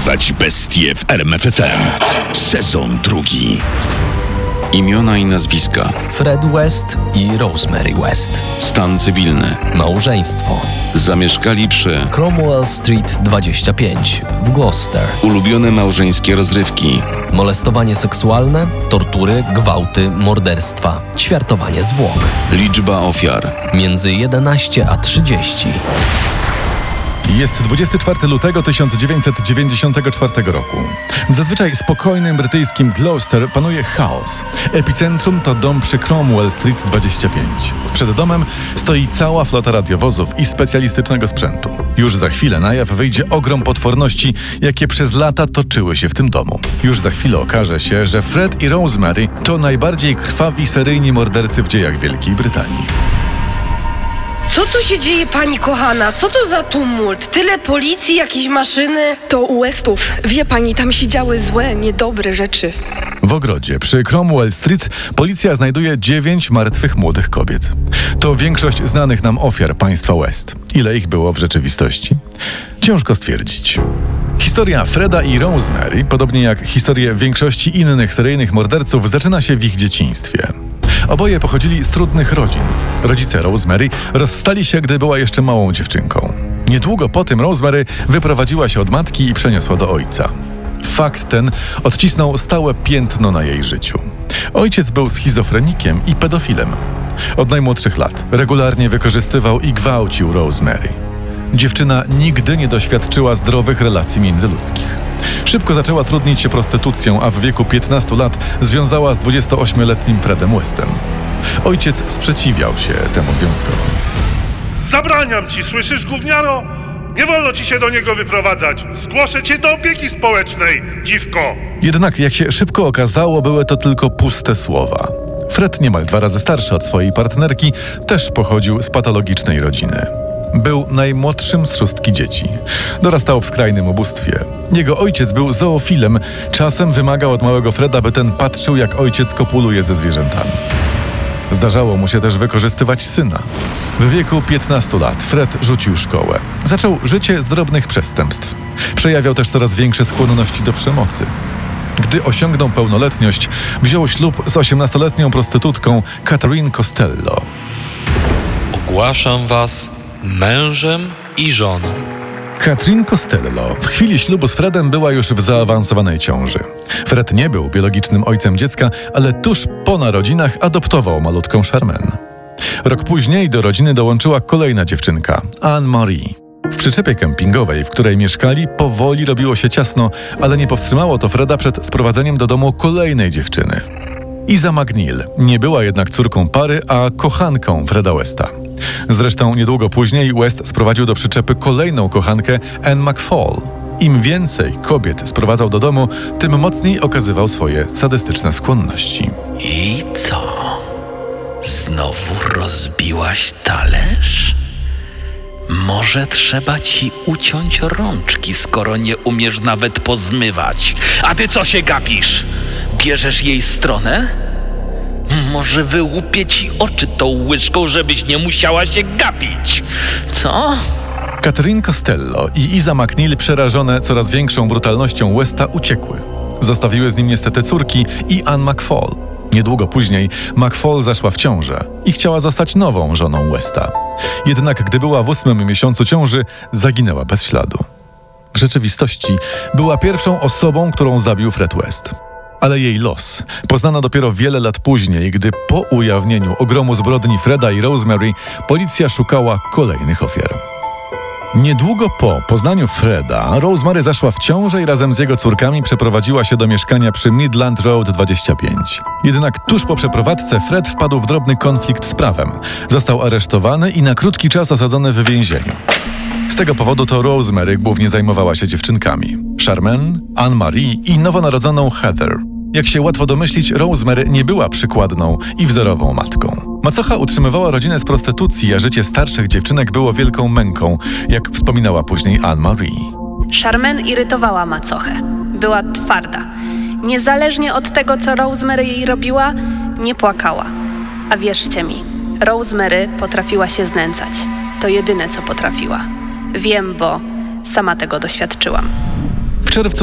Porywać bestie w RMFFM. Sezon 2. Imiona i nazwiska: Fred West i Rosemary West. Stan cywilny: Małżeństwo. Zamieszkali przy Cromwell Street 25 w Gloucester. Ulubione małżeńskie rozrywki: Molestowanie seksualne, tortury, gwałty, morderstwa, ćwiartowanie zwłok. Liczba ofiar: Między 11 a 30. Jest 24 lutego 1994 roku. W zazwyczaj spokojnym brytyjskim Gloucester panuje chaos. Epicentrum to dom przy Cromwell Street 25. Przed domem stoi cała flota radiowozów i specjalistycznego sprzętu. Już za chwilę na jaw wyjdzie ogrom potworności, jakie przez lata toczyły się w tym domu. Już za chwilę okaże się, że Fred i Rosemary to najbardziej krwawi seryjni mordercy w dziejach Wielkiej Brytanii. Co tu się dzieje, pani kochana? Co to za tumult? Tyle policji, jakieś maszyny? To u Westów. Wie pani, tam się działy złe, niedobre rzeczy. W ogrodzie przy Cromwell Street policja znajduje 9 martwych młodych kobiet. To większość znanych nam ofiar państwa West. Ile ich było w rzeczywistości? Ciężko stwierdzić. Historia Freda i Rosemary, podobnie jak historie większości innych seryjnych morderców, zaczyna się w ich dzieciństwie. Oboje pochodzili z trudnych rodzin. Rodzice Rosemary rozstali się, gdy była jeszcze małą dziewczynką. Niedługo po tym Rosemary wyprowadziła się od matki i przeniosła do ojca. Fakt ten odcisnął stałe piętno na jej życiu. Ojciec był schizofrenikiem i pedofilem. Od najmłodszych lat regularnie wykorzystywał i gwałcił Rosemary. Dziewczyna nigdy nie doświadczyła zdrowych relacji międzyludzkich. Szybko zaczęła trudnić się prostytucją, a w wieku 15 lat związała z 28-letnim Fredem Westem. Ojciec sprzeciwiał się temu związkowi. Zabraniam ci, słyszysz, gówniaro? Nie wolno ci się do niego wyprowadzać. Zgłoszę cię do opieki społecznej, dziwko. Jednak, jak się szybko okazało, były to tylko puste słowa. Fred, niemal 2 razy starszy od swojej partnerki, też pochodził z patologicznej rodziny. Był najmłodszym z 6 dzieci. Dorastał w skrajnym ubóstwie. Jego ojciec był zoofilem. Czasem wymagał od małego Freda, by ten patrzył, jak ojciec kopuluje ze zwierzętami. Zdarzało mu się też wykorzystywać syna. W wieku 15 lat Fred rzucił szkołę. Zaczął życie z drobnych przestępstw. Przejawiał też coraz większe skłonności do przemocy. Gdy osiągnął pełnoletność, wziął ślub z 18-letnią prostytutką Catherine Costello. Ogłaszam was mężem i żoną. Catherine Costello w chwili ślubu z Fredem była już w zaawansowanej ciąży. Fred nie był biologicznym ojcem dziecka, ale tuż po narodzinach adoptował malutką Charmaine. Rok później do rodziny dołączyła kolejna dziewczynka, Anne-Marie. W przyczepie kempingowej, w której mieszkali, powoli robiło się ciasno, ale nie powstrzymało to Freda przed sprowadzeniem do domu kolejnej dziewczyny. Iza McNeil nie była jednak córką pary, a kochanką Freda Westa. Zresztą niedługo później West sprowadził do przyczepy kolejną kochankę, Anne McFall. Im więcej kobiet sprowadzał do domu, tym mocniej okazywał swoje sadystyczne skłonności. I co? Znowu rozbiłaś talerz? Może trzeba ci uciąć rączki, skoro nie umiesz nawet pozmywać. A ty co się gapisz? Bierzesz jej stronę? Może wyłupię ci oczy tą łyżką, żebyś nie musiała się gapić. Co? Catherine Costello i Iza McNeil, przerażone coraz większą brutalnością Westa, uciekły. Zostawiły z nim niestety córki i Anne McFall. Niedługo później McFall zaszła w ciążę i chciała zostać nową żoną Westa. Jednak gdy była w 8. miesiącu ciąży, zaginęła bez śladu. W rzeczywistości była pierwszą osobą, którą zabił Fred West. Ale jej los poznano dopiero wiele lat później, gdy po ujawnieniu ogromu zbrodni Freda i Rosemary policja szukała kolejnych ofiar. Niedługo po poznaniu Freda, Rosemary zaszła w ciążę i razem z jego córkami przeprowadziła się do mieszkania przy Midland Road 25. Jednak tuż po przeprowadzce Fred wpadł w drobny konflikt z prawem. Został aresztowany i na krótki czas osadzony w więzieniu. Z tego powodu to Rosemary głównie zajmowała się dziewczynkami. Charmaine, Anne-Marie i nowonarodzoną Heather. Jak się łatwo domyślić, Rosemary nie była przykładną i wzorową matką. Macocha utrzymywała rodzinę z prostytucji, a życie starszych dziewczynek było wielką męką, jak wspominała później Anne-Marie. Charmaine irytowała macochę. Była twarda. Niezależnie od tego, co Rosemary jej robiła, nie płakała. A wierzcie mi, Rosemary potrafiła się znęcać. To jedyne, co potrafiła. Wiem, bo sama tego doświadczyłam. W czerwcu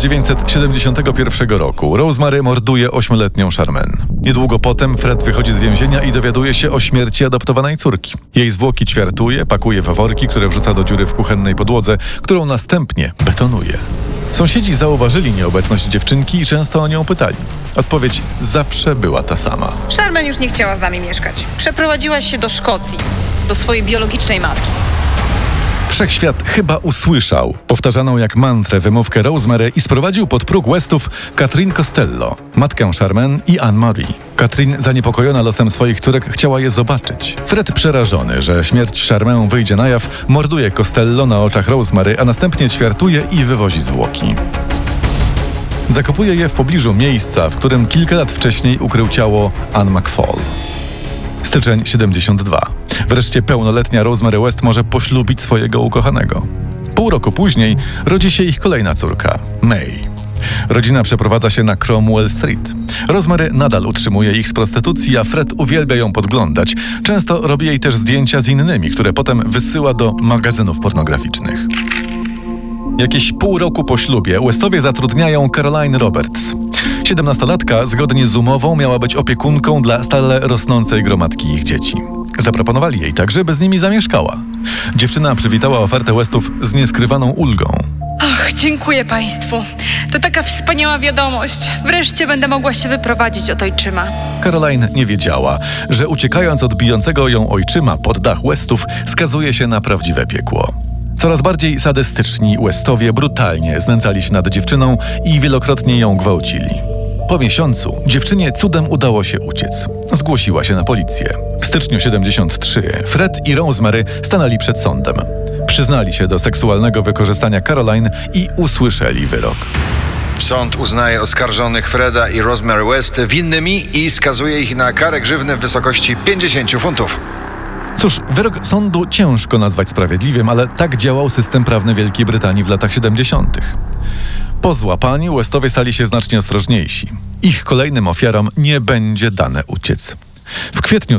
1971 roku Rosemary morduje 8-letnią Charmaine. Niedługo potem Fred wychodzi z więzienia i dowiaduje się o śmierci adoptowanej córki. Jej zwłoki ćwiartuje, pakuje w worki, które wrzuca do dziury w kuchennej podłodze, którą następnie betonuje. Sąsiedzi zauważyli nieobecność dziewczynki i często o nią pytali. Odpowiedź zawsze była ta sama. Charmaine już nie chciała z nami mieszkać. Przeprowadziłaś się do Szkocji, do swojej biologicznej matki. Wszechświat chyba usłyszał powtarzaną jak mantrę wymówkę Rosemary i sprowadził pod próg Westów Katrin Costello, matkę Charmaine i Anne-Marie. Katrin, zaniepokojona losem swoich córek, chciała je zobaczyć. Fred, przerażony, że śmierć Charmaine wyjdzie na jaw, morduje Costello na oczach Rosemary, a następnie ćwiartuje i wywozi zwłoki. Zakopuje je w pobliżu miejsca, w którym kilka lat wcześniej ukrył ciało Anne McFall. Styczeń 72. Wreszcie pełnoletnia Rosemary West może poślubić swojego ukochanego. Pół roku później rodzi się ich kolejna córka, May. Rodzina przeprowadza się na Cromwell Street. Rosemary nadal utrzymuje ich z prostytucji, a Fred uwielbia ją podglądać. Często robi jej też zdjęcia z innymi, które potem wysyła do magazynów pornograficznych. Jakieś pół roku po ślubie Westowie zatrudniają Caroline Roberts. 17-latka zgodnie z umową miała być opiekunką dla stale rosnącej gromadki ich dzieci. Zaproponowali jej także, by z nimi zamieszkała. Dziewczyna przywitała ofertę Westów z nieskrywaną ulgą. Ach, dziękuję państwu. To taka wspaniała wiadomość. Wreszcie będę mogła się wyprowadzić od ojczyma. Caroline nie wiedziała, że uciekając od bijącego ją ojczyma pod dach Westów skazuje się na prawdziwe piekło. Coraz bardziej sadystyczni Westowie brutalnie znęcali się nad dziewczyną i wielokrotnie ją gwałcili. Po miesiącu dziewczynie cudem udało się uciec. Zgłosiła się na policję. W styczniu 73 Fred i Rosemary stanęli przed sądem. Przyznali się do seksualnego wykorzystania Caroline i usłyszeli wyrok. Sąd uznaje oskarżonych Freda i Rosemary West winnymi i skazuje ich na karę grzywny w wysokości 50 funtów. Cóż, wyrok sądu ciężko nazwać sprawiedliwym, ale tak działał system prawny Wielkiej Brytanii w latach 70. Po złapaniu Westowie stali się znacznie ostrożniejsi. Ich kolejnym ofiarom nie będzie dane uciec. W kwietniu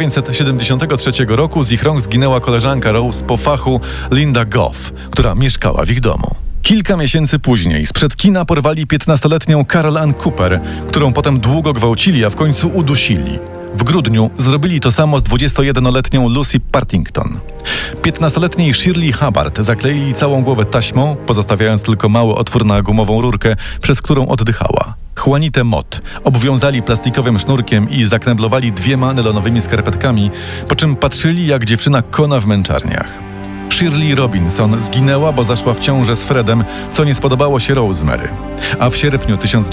1973 roku z ich rąk zginęła koleżanka Rose po fachu Linda Goff, która mieszkała w ich domu. Kilka miesięcy później sprzed kina porwali 15-letnią Carol Ann Cooper, którą potem długo gwałcili, a w końcu udusili. W grudniu zrobili to samo z 21-letnią Lucy Partington. 15-letniej Shirley Hubbard zakleili całą głowę taśmą, pozostawiając tylko mały otwór na gumową rurkę, przez którą oddychała. Juanitę Mott obwiązali plastikowym sznurkiem i zakneblowali 2 nylonowymi skarpetkami, po czym patrzyli, jak dziewczyna kona w męczarniach. Shirley Robinson zginęła, bo zaszła w ciążę z Fredem, co nie spodobało się Rosemary. A w sierpniu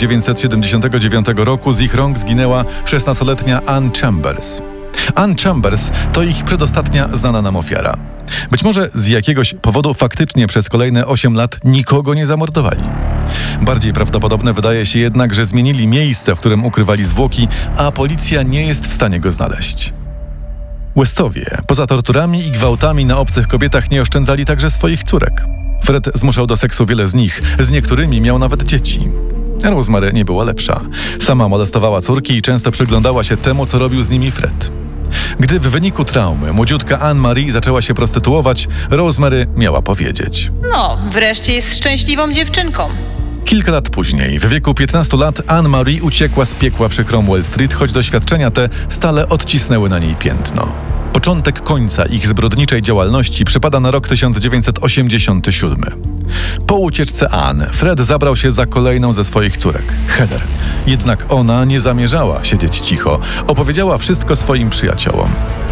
1979 roku z ich rąk zginęła 16-letnia Ann Chambers. Ann Chambers to ich przedostatnia znana nam ofiara. Być może z jakiegoś powodu faktycznie przez kolejne 8 lat nikogo nie zamordowali. Bardziej prawdopodobne wydaje się jednak, że zmienili miejsce, w którym ukrywali zwłoki, a policja nie jest w stanie go znaleźć. Westowie, poza torturami i gwałtami na obcych kobietach, nie oszczędzali także swoich córek. Fred zmuszał do seksu wiele z nich, z niektórymi miał nawet dzieci. Rosemary nie była lepsza. Sama molestowała córki i często przyglądała się temu, co robił z nimi Fred. Gdy w wyniku traumy młodziutka Anne-Marie zaczęła się prostytuować, Rosemary miała powiedzieć: No, wreszcie jest szczęśliwą dziewczynką. Kilka lat później, w wieku 15 lat, Anne-Marie uciekła z piekła przy Cromwell Street, choć doświadczenia te stale odcisnęły na niej piętno. Początek końca ich zbrodniczej działalności przypada na rok 1987. Po ucieczce Anne, Fred zabrał się za kolejną ze swoich córek, Heather. Jednak ona nie zamierzała siedzieć cicho. Opowiedziała wszystko swoim przyjaciołom.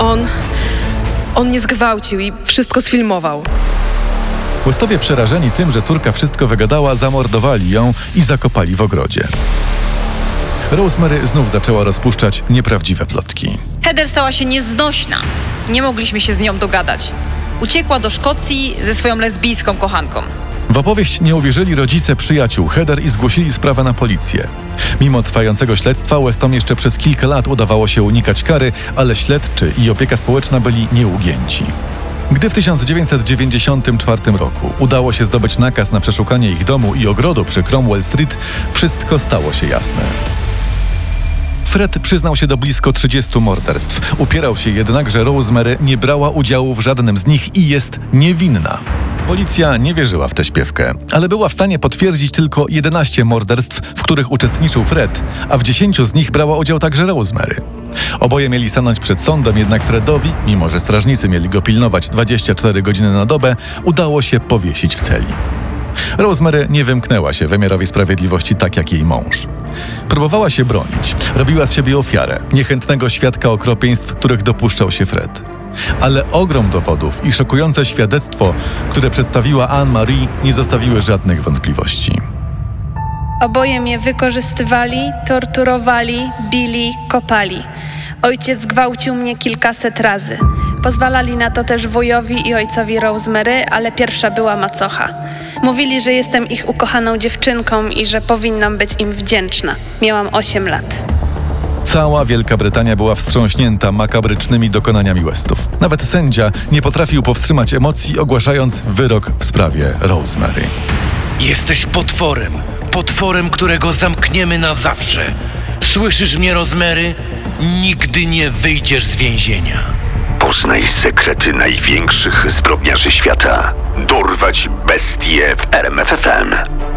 On mnie zgwałcił i wszystko sfilmował. Westowie, przerażeni tym, że córka wszystko wygadała, zamordowali ją i zakopali w ogrodzie. Rosemary znów zaczęła rozpuszczać nieprawdziwe plotki. Heather stała się nieznośna. Nie mogliśmy się z nią dogadać. Uciekła do Szkocji ze swoją lesbijską kochanką. W opowieść nie uwierzyli rodzice przyjaciół Heather i zgłosili sprawę na policję. Mimo trwającego śledztwa Westom jeszcze przez kilka lat udawało się unikać kary, ale śledczy i opieka społeczna byli nieugięci. Gdy w 1994 roku udało się zdobyć nakaz na przeszukanie ich domu i ogrodu przy Cromwell Street, wszystko stało się jasne. Fred przyznał się do blisko 30 morderstw. Upierał się jednak, że Rosemary nie brała udziału w żadnym z nich i jest niewinna. Policja nie wierzyła w tę śpiewkę, ale była w stanie potwierdzić tylko 11 morderstw, w których uczestniczył Fred, a w 10 z nich brała udział także Rosemary. Oboje mieli stanąć przed sądem, jednak Fredowi, mimo że strażnicy mieli go pilnować 24 godziny na dobę, udało się powiesić w celi. Rosemary nie wymknęła się wymiarowi sprawiedliwości tak jak jej mąż. Próbowała się bronić, robiła z siebie ofiarę, niechętnego świadka okropieństw, których dopuszczał się Fred. Ale ogrom dowodów i szokujące świadectwo, które przedstawiła Anne-Marie, nie zostawiły żadnych wątpliwości. Oboje mnie wykorzystywali, torturowali, bili, kopali. Ojciec gwałcił mnie kilkaset razy. Pozwalali na to też wujowi i ojcowi Rosemary, ale pierwsza była macocha. Mówili, że jestem ich ukochaną dziewczynką i że powinnam być im wdzięczna. Miałam 8 lat. Cała Wielka Brytania była wstrząśnięta makabrycznymi dokonaniami Westów. Nawet sędzia nie potrafił powstrzymać emocji, ogłaszając wyrok w sprawie Rosemary. Jesteś potworem. Potworem, którego zamkniemy na zawsze. Słyszysz mnie, Rosemary? Nigdy nie wyjdziesz z więzienia. Poznaj sekrety największych zbrodniarzy świata. Dorwać bestie w RMF FM.